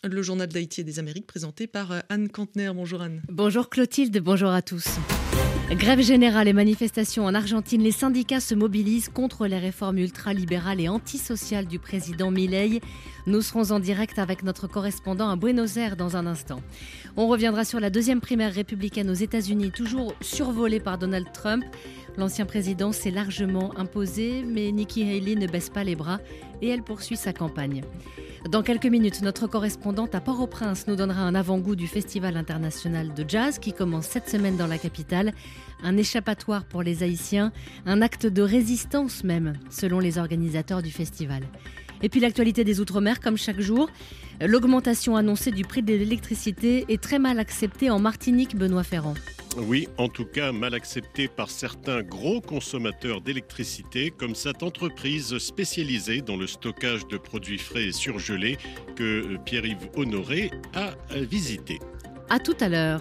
le journal d'Haïti et des Amériques présenté par Anne Kantner. Bonjour Anne. Bonjour Clotilde, bonjour à tous. Grève générale et manifestations en Argentine, les syndicats se mobilisent contre les réformes ultralibérales et antisociales du président Milei. Nous serons en direct avec notre correspondant à Buenos Aires dans un instant. On reviendra sur la deuxième primaire républicaine aux États-Unis, toujours survolée par Donald Trump. L'ancien président s'est largement imposé, mais Nikki Haley ne baisse pas les bras et elle poursuit sa campagne. Dans quelques minutes, notre correspondante à Port-au-Prince nous donnera un avant-goût du Festival international de jazz qui commence cette semaine dans la capitale. Un échappatoire pour les Haïtiens, un acte de résistance même, selon les organisateurs du festival. Et puis l'actualité des Outre-mer, comme chaque jour. L'augmentation annoncée du prix de l'électricité est très mal acceptée en Martinique, Benoît Ferrand. Oui, en tout cas mal accepté par certains gros consommateurs d'électricité, comme cette entreprise spécialisée dans le stockage de produits frais et surgelés que Pierre-Yves Honoré a visité. À tout à l'heure.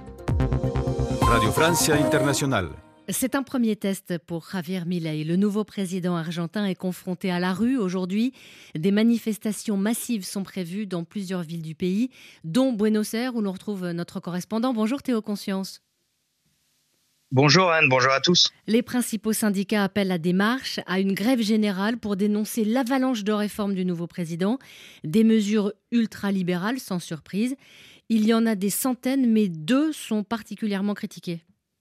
Radio Francia Internationale. C'est un premier test pour Javier Milei. Le nouveau président argentin est confronté à la rue aujourd'hui. Des manifestations massives sont prévues dans plusieurs villes du pays, dont Buenos Aires, où l'on retrouve notre correspondant. Bonjour Théo Conscience. Bonjour Anne, bonjour à tous. Les principaux syndicats appellent à des marches, à une grève générale pour dénoncer l'avalanche de réformes du nouveau président. Des mesures ultralibérales, sans surprise. Il y en a des centaines, mais 2 sont particulièrement critiquées.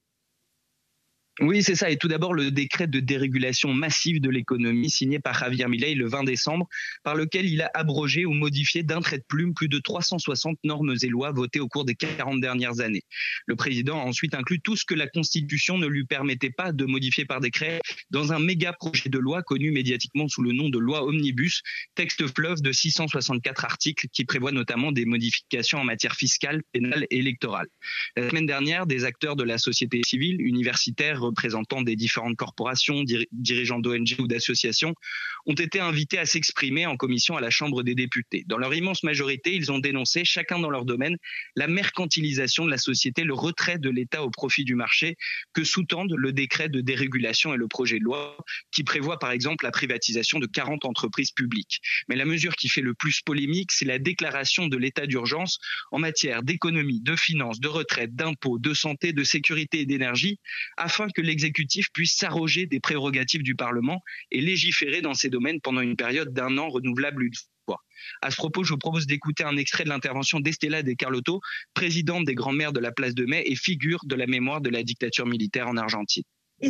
Oui, c'est ça. Et tout d'abord, le décret de dérégulation massive de l'économie signé par Javier Milei le 20 décembre, par lequel il a abrogé ou modifié d'un trait de plume plus de 360 normes et lois votées au cours des 40 dernières années. Le président a ensuite inclus tout ce que la Constitution ne lui permettait pas de modifier par décret dans un méga projet de loi connu médiatiquement sous le nom de loi Omnibus, texte fleuve de 664 articles qui prévoit notamment des modifications en matière fiscale, pénale et électorale. La semaine dernière, des acteurs de la société civile, universitaires, représentants des différentes corporations, dirigeants d'ONG ou d'associations, ont été invités à s'exprimer en commission à la Chambre des députés. Dans leur immense majorité, ils ont dénoncé, chacun dans leur domaine, la mercantilisation de la société, le retrait de l'État au profit du marché que sous-tendent le décret de dérégulation et le projet de loi qui prévoit par exemple la privatisation de 40 entreprises publiques. Mais la mesure qui fait le plus polémique, c'est la déclaration de l'état d'urgence en matière d'économie, de finances, de retraite, d'impôts, de santé, de sécurité et d'énergie, afin que l'exécutif puisse s'arroger des prérogatives du Parlement et légiférer dans ces domaines pendant une période d'1 an renouvelable une fois. À ce propos, je vous propose d'écouter un extrait de l'intervention d'Estela de Carlotto, présidente des Grands-Mères de la Place de Mai et figure de la mémoire de la dictature militaire en Argentine.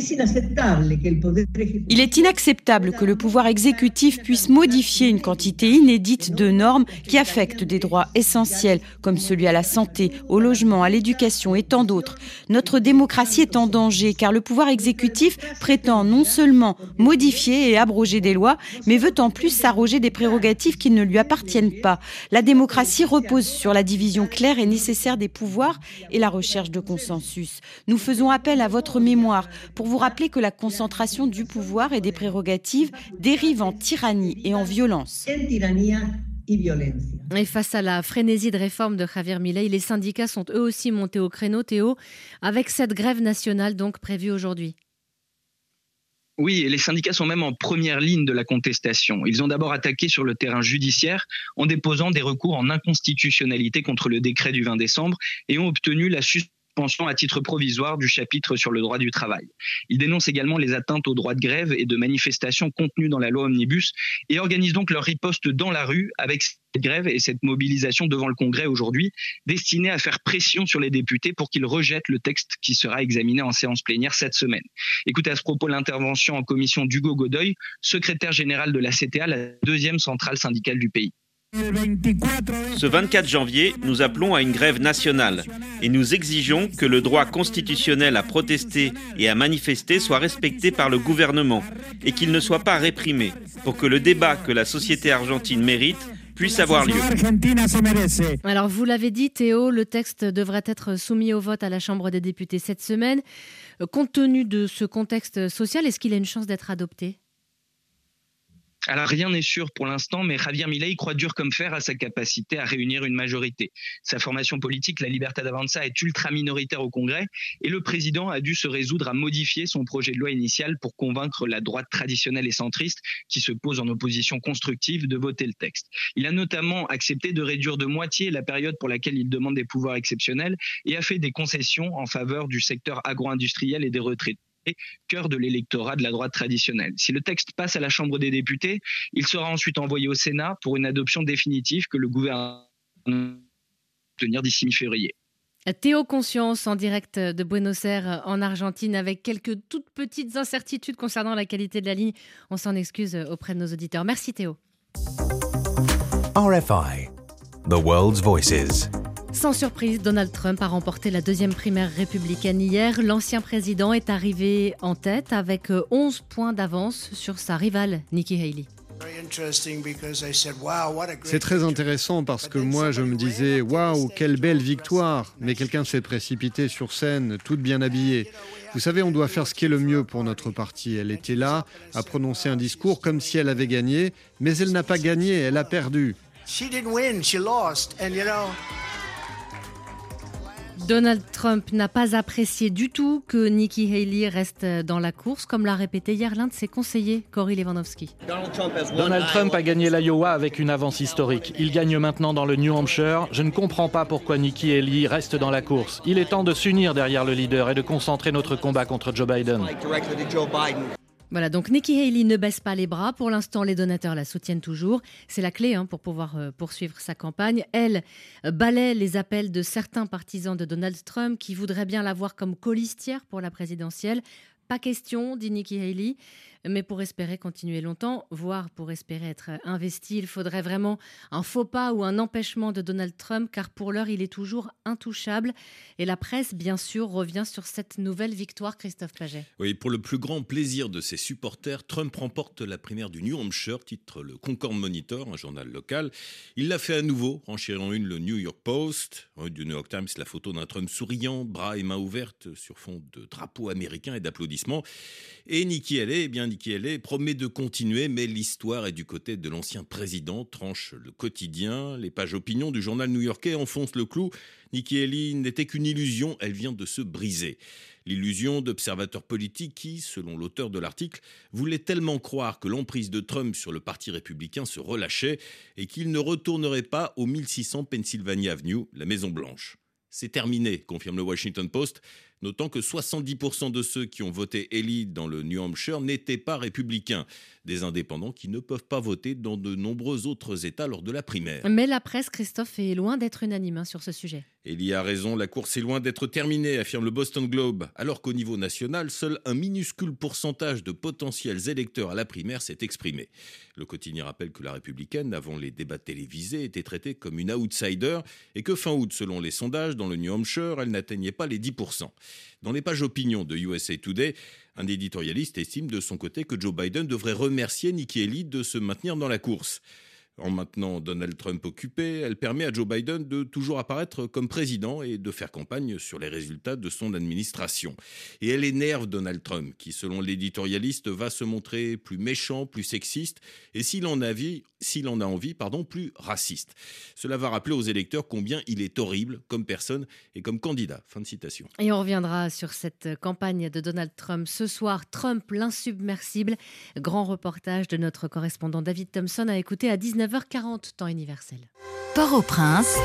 Il est inacceptable que le pouvoir exécutif puisse modifier une quantité inédite de normes qui affectent des droits essentiels comme celui à la santé, au logement, à l'éducation et tant d'autres. Notre démocratie est en danger car le pouvoir exécutif prétend non seulement modifier et abroger des lois, mais veut en plus s'arroger des prérogatives qui ne lui appartiennent pas. La démocratie repose sur la division claire et nécessaire des pouvoirs et la recherche de consensus. Nous faisons appel à votre mémoire pour vous rappeler que la concentration du pouvoir et des prérogatives dérive en tyrannie et en violence. Et face à la frénésie de réforme de Javier Milei, les syndicats sont eux aussi montés au créneau, Théo, avec cette grève nationale donc prévue aujourd'hui. Oui, et les syndicats sont même en première ligne de la contestation. Ils ont d'abord attaqué sur le terrain judiciaire en déposant des recours en inconstitutionnalité contre le décret du 20 décembre et ont obtenu la suspension à titre provisoire du chapitre sur le droit du travail. Ils dénoncent également les atteintes aux droits de grève et de manifestation contenues dans la loi Omnibus et organisent donc leur riposte dans la rue avec cette grève et cette mobilisation devant le Congrès aujourd'hui, destinée à faire pression sur les députés pour qu'ils rejettent le texte qui sera examiné en séance plénière cette semaine. Écoutez à ce propos l'intervention en commission d'Hugo Godoy, secrétaire général de la CTA, la deuxième centrale syndicale du pays. Ce 24 janvier, nous appelons à une grève nationale et nous exigeons que le droit constitutionnel à protester et à manifester soit respecté par le gouvernement et qu'il ne soit pas réprimé pour que le débat que la société argentine mérite puisse avoir lieu. Alors vous l'avez dit Théo, le texte devrait être soumis au vote à la Chambre des députés cette semaine. Compte tenu de ce contexte social, est-ce qu'il a une chance d'être adopté ? Alors rien n'est sûr pour l'instant, mais Javier Milei croit dur comme fer à sa capacité à réunir une majorité. Sa formation politique, la Libertad Avanza, est ultra minoritaire au Congrès et le président a dû se résoudre à modifier son projet de loi initial pour convaincre la droite traditionnelle et centriste, qui se pose en opposition constructive, de voter le texte. Il a notamment accepté de réduire de moitié la période pour laquelle il demande des pouvoirs exceptionnels et a fait des concessions en faveur du secteur agro-industriel et des retraités, cœur de l'électorat de la droite traditionnelle. Si le texte passe à la Chambre des députés, il sera ensuite envoyé au Sénat pour une adoption définitive que le gouvernement va tenir d'ici mi-février. Théo Conscience en direct de Buenos Aires en Argentine avec quelques toutes petites incertitudes concernant la qualité de la ligne. On s'en excuse auprès de nos auditeurs. Merci Théo. RFI, The World's Voices. Sans surprise, Donald Trump a remporté la deuxième primaire républicaine hier. L'ancien président est arrivé en tête avec 11 points d'avance sur sa rivale, Nikki Haley. C'est très intéressant parce que moi je me disais « Waouh, quelle belle victoire !» Mais quelqu'un s'est précipité sur scène, toute bien habillée. Vous savez, on doit faire ce qui est le mieux pour notre parti. Elle était là, a prononcé un discours comme si elle avait gagné, mais elle n'a pas gagné, elle a perdu. Donald Trump n'a pas apprécié du tout que Nikki Haley reste dans la course, comme l'a répété hier l'un de ses conseillers, Cory Lewandowski. Donald Trump a gagné l'Iowa avec une avance historique. Il gagne maintenant dans le New Hampshire. Je ne comprends pas pourquoi Nikki Haley reste dans la course. Il est temps de s'unir derrière le leader et de concentrer notre combat contre Joe Biden. Voilà, donc Nikki Haley ne baisse pas les bras. Pour l'instant, les donateurs la soutiennent toujours. C'est la clé pour pouvoir poursuivre sa campagne. Elle balaie les appels de certains partisans de Donald Trump qui voudraient bien la voir comme colistière pour la présidentielle. Pas question, dit Nikki Haley, mais pour espérer continuer longtemps, voire pour espérer être investi, il faudrait vraiment un faux pas ou un empêchement de Donald Trump, car pour l'heure, il est toujours intouchable. Et la presse, bien sûr, revient sur cette nouvelle victoire, Christophe Paget. Oui, pour le plus grand plaisir de ses supporters, Trump remporte la primaire du New Hampshire, titre le Concord Monitor, un journal local. Il l'a fait à nouveau, renchérant une le New York Post, du New York Times, la photo d'un Trump souriant, bras et mains ouvertes sur fond de drapeau américain et d'applaudissements. Et Nikki Haley promet de continuer, mais l'histoire est du côté de l'ancien président, tranche le quotidien. Les pages opinion du journal new-yorkais enfoncent le clou. Nikki Haley n'était qu'une illusion, elle vient de se briser. L'illusion d'observateurs politiques qui, selon l'auteur de l'article, voulaient tellement croire que l'emprise de Trump sur le parti républicain se relâchait et qu'il ne retournerait pas au 1600 Pennsylvania Avenue, la Maison-Blanche. C'est terminé, confirme le Washington Post, notant que 70% de ceux qui ont voté Haley dans le New Hampshire n'étaient pas républicains. Des indépendants qui ne peuvent pas voter dans de nombreux autres États lors de la primaire. Mais la presse, Christophe, est loin d'être unanime sur ce sujet. Haley a raison, la course est loin d'être terminée, affirme le Boston Globe. Alors qu'au niveau national, seul un minuscule pourcentage de potentiels électeurs à la primaire s'est exprimé. Le quotidien rappelle que la républicaine, avant les débats télévisés, était traitée comme une outsider et que fin août, selon les sondages, dans le New Hampshire, elle n'atteignait pas les 10%. Dans les pages opinion de USA Today, un éditorialiste estime de son côté que Joe Biden devrait remercier Nikki Haley de se maintenir dans la course. En maintenant Donald Trump occupé, elle permet à Joe Biden de toujours apparaître comme président et de faire campagne sur les résultats de son administration. Et elle énerve Donald Trump, qui, selon l'éditorialiste, va se montrer plus méchant, plus sexiste et, s'il en a envie, plus raciste. Cela va rappeler aux électeurs combien il est horrible comme personne et comme candidat. Fin de citation. Et on reviendra sur cette campagne de Donald Trump ce soir. Trump, l'insubmersible. Grand reportage de notre correspondant David Thompson à écouter à 19h40, temps universel. Port-au-Prince,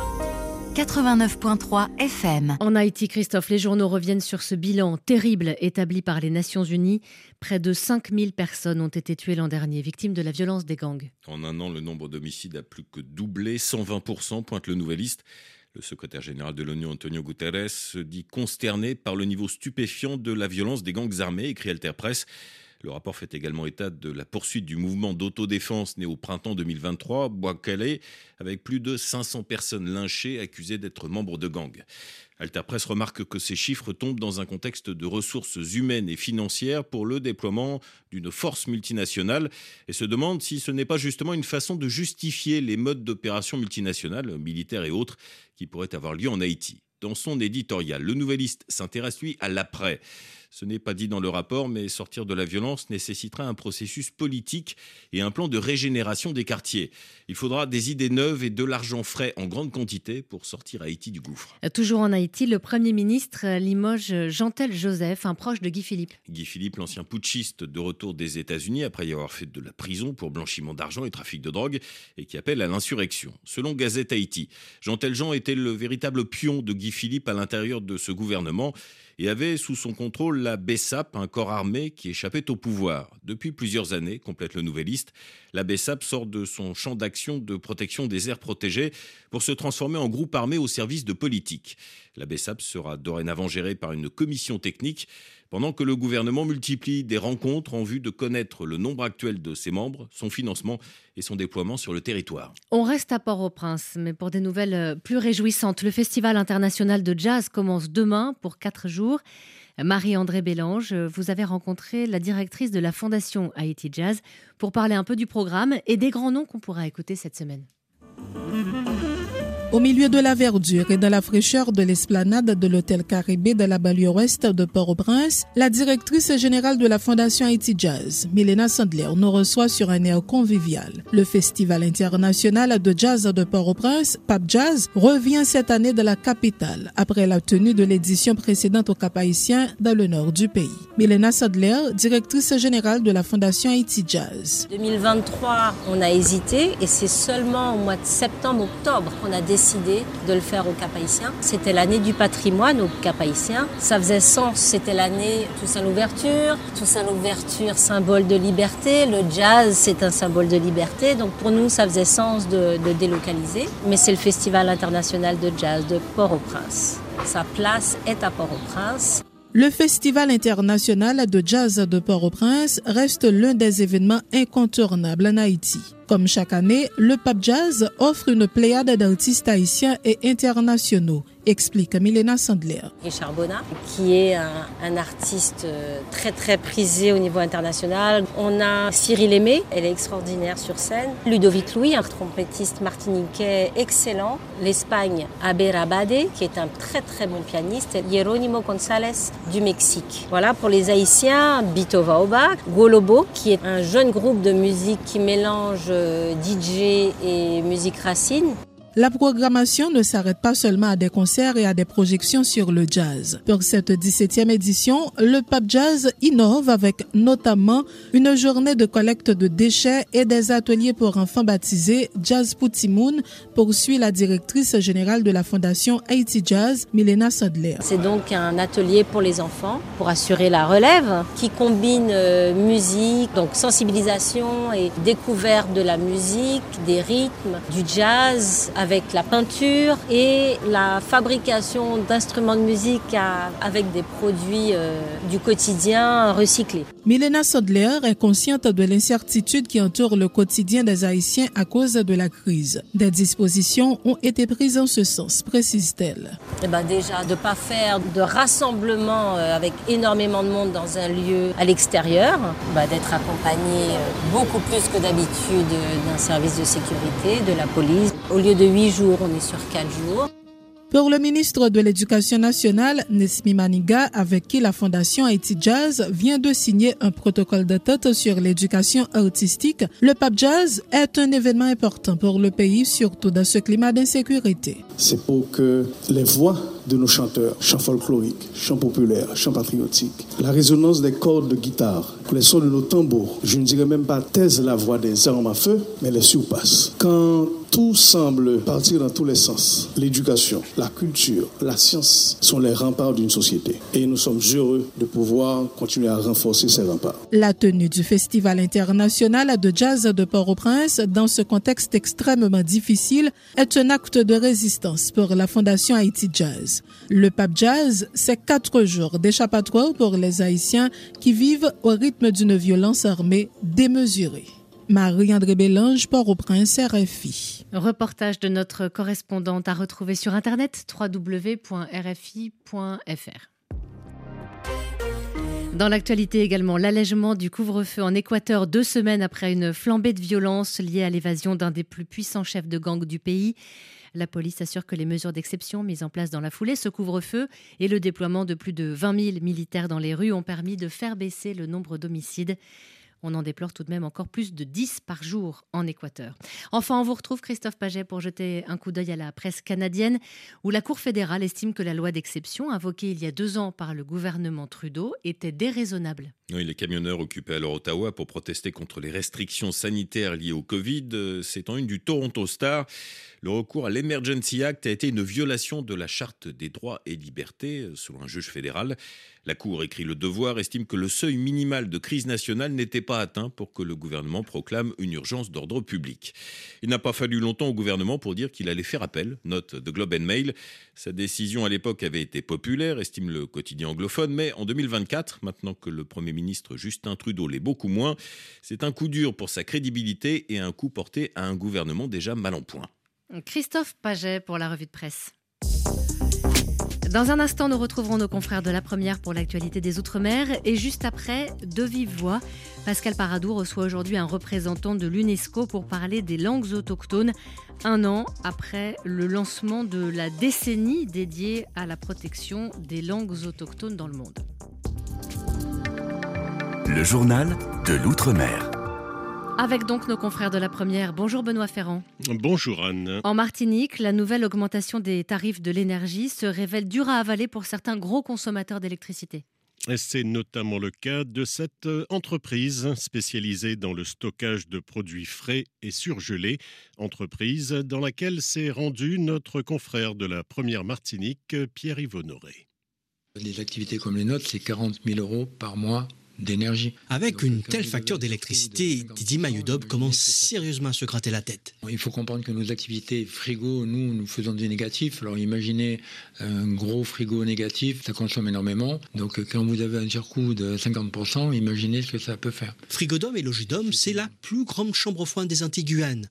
89.3 FM. En Haïti, Christophe, les journaux reviennent sur ce bilan terrible établi par les Nations Unies. Près de 5000 personnes ont été tuées l'an dernier, victimes de la violence des gangs. En un an, le nombre d'homicides a plus que doublé, 120%, pointe le Nouvelliste. Le secrétaire général de l'ONU, Antonio Guterres, se dit consterné par le niveau stupéfiant de la violence des gangs armés, écrit Alter Press. Le rapport fait également état de la poursuite du mouvement d'autodéfense né au printemps 2023, Bouakale, avec plus de 500 personnes lynchées accusées d'être membres de gangs. Alter Press remarque que ces chiffres tombent dans un contexte de ressources humaines et financières pour le déploiement d'une force multinationale et se demande si ce n'est pas justement une façon de justifier les modes d'opération multinationales, militaires et autres, qui pourraient avoir lieu en Haïti. Dans son éditorial, le Nouvelliste s'intéresse, lui, à l'après. Ce n'est pas dit dans le rapport, mais sortir de la violence nécessitera un processus politique et un plan de régénération des quartiers. Il faudra des idées neuves et de l'argent frais en grande quantité pour sortir Haïti du gouffre. Toujours en Haïti, le Premier ministre limoge Jean-Tel Joseph, un proche de Guy Philippe. Guy Philippe, l'ancien putschiste de retour des États-Unis après y avoir fait de la prison pour blanchiment d'argent et trafic de drogue et qui appelle à l'insurrection. Selon Gazette Haïti, Jean-Tel Jean était le véritable pion de Guy Philippe à l'intérieur de ce gouvernement et avait sous son contrôle la BESAP, un corps armé qui échappait au pouvoir. Depuis plusieurs années, complète le Nouvelliste, la BESAP sort de son champ d'action de protection des aires protégées pour se transformer en groupe armé au service de politique. La BESAP sera dorénavant gérée par une commission technique, pendant que le gouvernement multiplie des rencontres en vue de connaître le nombre actuel de ses membres, son financement et son déploiement sur le territoire. On reste à Port-au-Prince, mais pour des nouvelles plus réjouissantes. Le Festival international de jazz commence demain pour 4 jours. Marie-André Bélange, vous avez rencontré la directrice de la Fondation Haïti Jazz pour parler un peu du programme et des grands noms qu'on pourra écouter cette semaine. Au milieu de la verdure et de la fraîcheur de l'esplanade de l'hôtel Caribé de la banlieue ouest de Port-au-Prince, la directrice générale de la Fondation Haïti Jazz, Milena Sandler, nous reçoit sur un air convivial. Le Festival international de jazz de Port-au-Prince, Pape Jazz, revient cette année de la capitale, après la tenue de l'édition précédente au Cap-Haïtien dans le nord du pays. Milena Sandler, directrice générale de la Fondation Haïti Jazz. 2023, on a hésité et c'est seulement au mois de septembre-octobre qu'on a décidé de le faire au Cap-Haïtien. C'était l'année du patrimoine au Cap-Haïtien. Ça faisait sens, c'était l'année Toussaint Louverture. Toussaint Louverture, symbole de liberté. Le jazz, c'est un symbole de liberté. Donc pour nous, ça faisait sens de délocaliser. Mais c'est le Festival international de jazz de Port-au-Prince. Sa place est à Port-au-Prince. Le Festival international de jazz de Port-au-Prince reste l'un des événements incontournables en Haïti. Comme chaque année, le Pape Jazz offre une pléiade d'artistes haïtiens et internationaux, explique Milena Sandler. Richard Bonnat, qui est un artiste très très prisé au niveau international. On a Cyril Aimé, elle est extraordinaire sur scène. Ludovic Louis, un trompettiste martiniquais excellent. L'Espagne, Abe Rabade, qui est un très très bon pianiste. Jerónimo González du Mexique. Voilà, pour les Haïtiens, Bito Vaoba, Golobo, qui est un jeune groupe de musique qui mélange DJ et musique racine. La programmation ne s'arrête pas seulement à des concerts et à des projections sur le jazz. Pour cette 17e édition, le Pape Jazz innove avec notamment une journée de collecte de déchets et des ateliers pour enfants baptisés Jazz Poutimoun, poursuit la directrice générale de la Fondation Haïti Jazz, Milena Sandler. C'est donc un atelier pour les enfants, pour assurer la relève, qui combine musique, donc sensibilisation et découverte de la musique, des rythmes, du jazz, avec la peinture et la fabrication d'instruments de musique avec des produits du quotidien recyclés. Milena Sandler est consciente de l'incertitude qui entoure le quotidien des Haïtiens à cause de la crise. Des dispositions ont été prises en ce sens, précise-t-elle. Déjà, de ne pas faire de rassemblement avec énormément de monde dans un lieu à l'extérieur, d'être accompagné beaucoup plus que d'habitude d'un service de sécurité, de la police. Au lieu de 8 jours, on est sur 4 jours. Pour le ministre de l'Éducation nationale, Nesmi Maniga, avec qui la Fondation Haïti Jazz vient de signer un protocole d'entente sur l'éducation artistique, le Pape Jazz est un événement important pour le pays, surtout dans ce climat d'insécurité. C'est pour que les voix de nos chanteurs, chants folkloriques, chants populaires, chants patriotiques, la résonance des cordes de guitare, les sons de nos tambours, je ne dirais même pas taise la voix des armes à feu, mais les surpasse. Quand tout semble partir dans tous les sens, l'éducation, la culture, la science sont les remparts d'une société. Et nous sommes heureux de pouvoir continuer à renforcer ces remparts. La tenue du Festival international de jazz de Port-au-Prince, dans ce contexte extrêmement difficile, est un acte de résistance pour la Fondation Haïti Jazz. Le Pape Jazz, c'est 4 jours d'échappatoire pour les Haïtiens qui vivent au rythme d'une violence armée démesurée. Marie-André Bélange, Port-au-Prince, RFI. Reportage de notre correspondante à retrouver sur internet www.rfi.fr. Dans l'actualité également, l'allègement du couvre-feu en Équateur 2 semaines après une flambée de violence liée à l'évasion d'un des plus puissants chefs de gang du pays. La police assure que les mesures d'exception mises en place dans la foulée, ce couvre-feu et le déploiement de plus de 20 000 militaires dans les rues ont permis de faire baisser le nombre d'homicides. On en déplore tout de même encore plus de 10 par jour en Équateur. Enfin, on vous retrouve Christophe Paget pour jeter un coup d'œil à la presse canadienne où la Cour fédérale estime que la loi d'exception invoquée il y a 2 ans par le gouvernement Trudeau était déraisonnable. Oui, les camionneurs occupés alors Ottawa pour protester contre les restrictions sanitaires liées au Covid. C'est en une du Toronto Star. Le recours à l'Emergency Act a été une violation de la Charte des droits et libertés, selon un juge fédéral. La Cour, écrit Le Devoir, estime que le seuil minimal de crise nationale n'était pas atteint pour que le gouvernement proclame une urgence d'ordre public. Il n'a pas fallu longtemps au gouvernement pour dire qu'il allait faire appel, note The Globe and Mail. Sa décision à l'époque avait été populaire, estime le quotidien anglophone, mais en 2024, maintenant que le Premier ministre Justin Trudeau l'est beaucoup moins, c'est un coup dur pour sa crédibilité et un coup porté à un gouvernement déjà mal en point. Christophe Paget pour la revue de presse. Dans un instant, nous retrouverons nos confrères de La Première pour l'actualité des Outre-mer. Et juste après, de vive voix, Pascal Paradou reçoit aujourd'hui un représentant de l'UNESCO pour parler des langues autochtones, 1 an après le lancement de la décennie dédiée à la protection des langues autochtones dans le monde. Le journal de l'Outre-mer. Avec donc nos confrères de La Première. Bonjour Benoît Ferrand. Bonjour Anne. En Martinique, la nouvelle augmentation des tarifs de l'énergie se révèle dure à avaler pour certains gros consommateurs d'électricité. C'est notamment le cas de cette entreprise spécialisée dans le stockage de produits frais et surgelés, entreprise dans laquelle s'est rendu notre confrère de La Première Martinique, Pierre-Yves Honoré. Des activités comme les nôtres, c'est 40 000 € par mois d'énergie. Avec une telle facture d'électricité, Didi Mayudob commence sérieusement à se gratter la tête. Il faut comprendre que nos activités frigo, nous faisons du négatif. Alors imaginez un gros frigo négatif, ça consomme énormément. Donc quand vous avez un surcoût de 50%, imaginez ce que ça peut faire. Frigodome et Logidome, c'est la plus grande chambre froide des Antilles-Guyane.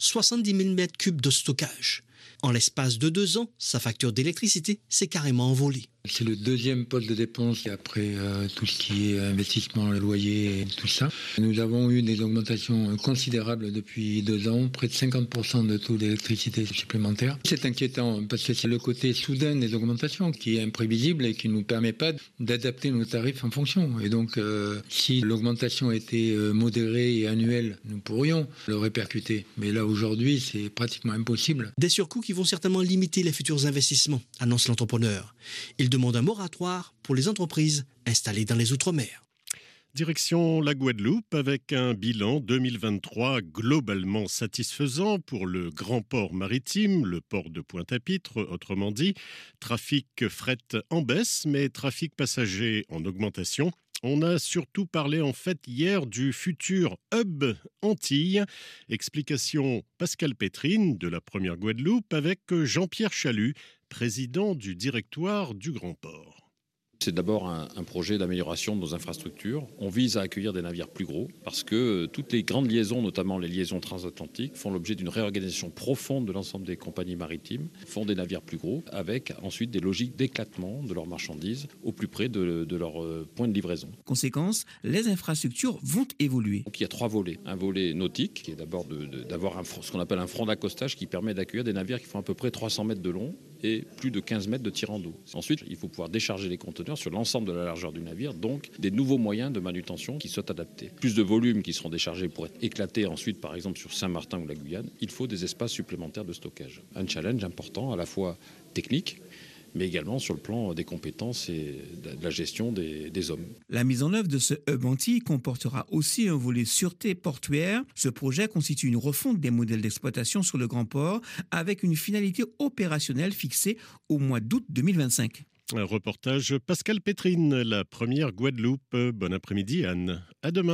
70 000 m3 de stockage. En l'espace de 2 ans, sa facture d'électricité s'est carrément envolée. C'est le deuxième poste de dépense après tout ce qui est investissement, le loyer et tout ça. Nous avons eu des augmentations considérables depuis 2 ans, près de 50% de taux d'électricité supplémentaire. C'est inquiétant parce que c'est le côté soudain des augmentations qui est imprévisible et qui ne nous permet pas d'adapter nos tarifs en fonction. Et donc, si l'augmentation était modérée et annuelle, nous pourrions le répercuter. Mais là, aujourd'hui, c'est pratiquement impossible. Des surcoûts qui vont certainement limiter les futurs investissements, annonce l'entrepreneur. Il demande un moratoire pour les entreprises installées dans les Outre-mer. Direction la Guadeloupe avec un bilan 2023 globalement satisfaisant pour le grand port maritime, le port de Pointe-à-Pitre, autrement dit. Trafic fret en baisse, mais trafic passager en augmentation. On a surtout parlé en fait hier du futur hub Antilles. Explication Pascal Pétrine de La Première Guadeloupe avec Jean-Pierre Chalut, président du directoire du Grand Port. C'est d'abord un projet d'amélioration de nos infrastructures. On vise à accueillir des navires plus gros parce que toutes les grandes liaisons, notamment les liaisons transatlantiques, font l'objet d'une réorganisation profonde de l'ensemble des compagnies maritimes, font des navires plus gros avec ensuite des logiques d'éclatement de leurs marchandises au plus près de leur point de livraison. Conséquence, les infrastructures vont évoluer. Donc il y a 3 volets. Un volet nautique qui est d'abord d'avoir ce qu'on appelle un front d'accostage qui permet d'accueillir des navires qui font à peu près 300 mètres de long et plus de 15 mètres de tirant d'eau. Ensuite, il faut pouvoir décharger les conteneurs sur l'ensemble de la largeur du navire, donc des nouveaux moyens de manutention qui soient adaptés. Plus de volumes qui seront déchargés pour être éclatés ensuite, par exemple sur Saint-Martin ou la Guyane, il faut des espaces supplémentaires de stockage. Un challenge important à la fois technique, mais également sur le plan des compétences et de la gestion des hommes. La mise en œuvre de ce hub Antilles comportera aussi un volet sûreté portuaire. Ce projet constitue une refonte des modèles d'exploitation sur le Grand Port avec une finalité opérationnelle fixée au mois d'août 2025. Un reportage Pascal Pétrine, La Première Guadeloupe. Bon après-midi Anne, à demain.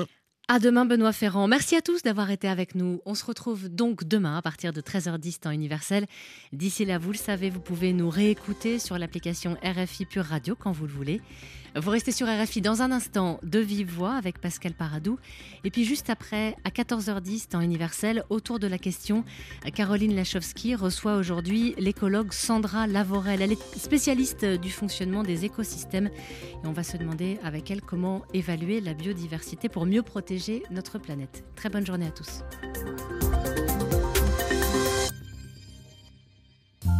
À demain, Benoît Ferrand. Merci à tous d'avoir été avec nous. On se retrouve donc demain à partir de 13h10 temps universel. D'ici là, vous le savez, vous pouvez nous réécouter sur l'application RFI Pure Radio quand vous le voulez. Vous restez sur RFI dans un instant de vive voix avec Pascal Paradou. Et puis juste après, à 14h10 temps universel, autour de la question, Caroline Lachowski reçoit aujourd'hui l'écologue Sandra Lavorel. Elle est spécialiste du fonctionnement des écosystèmes. Et on va se demander avec elle comment évaluer la biodiversité pour mieux protéger notre planète. Très bonne journée à tous.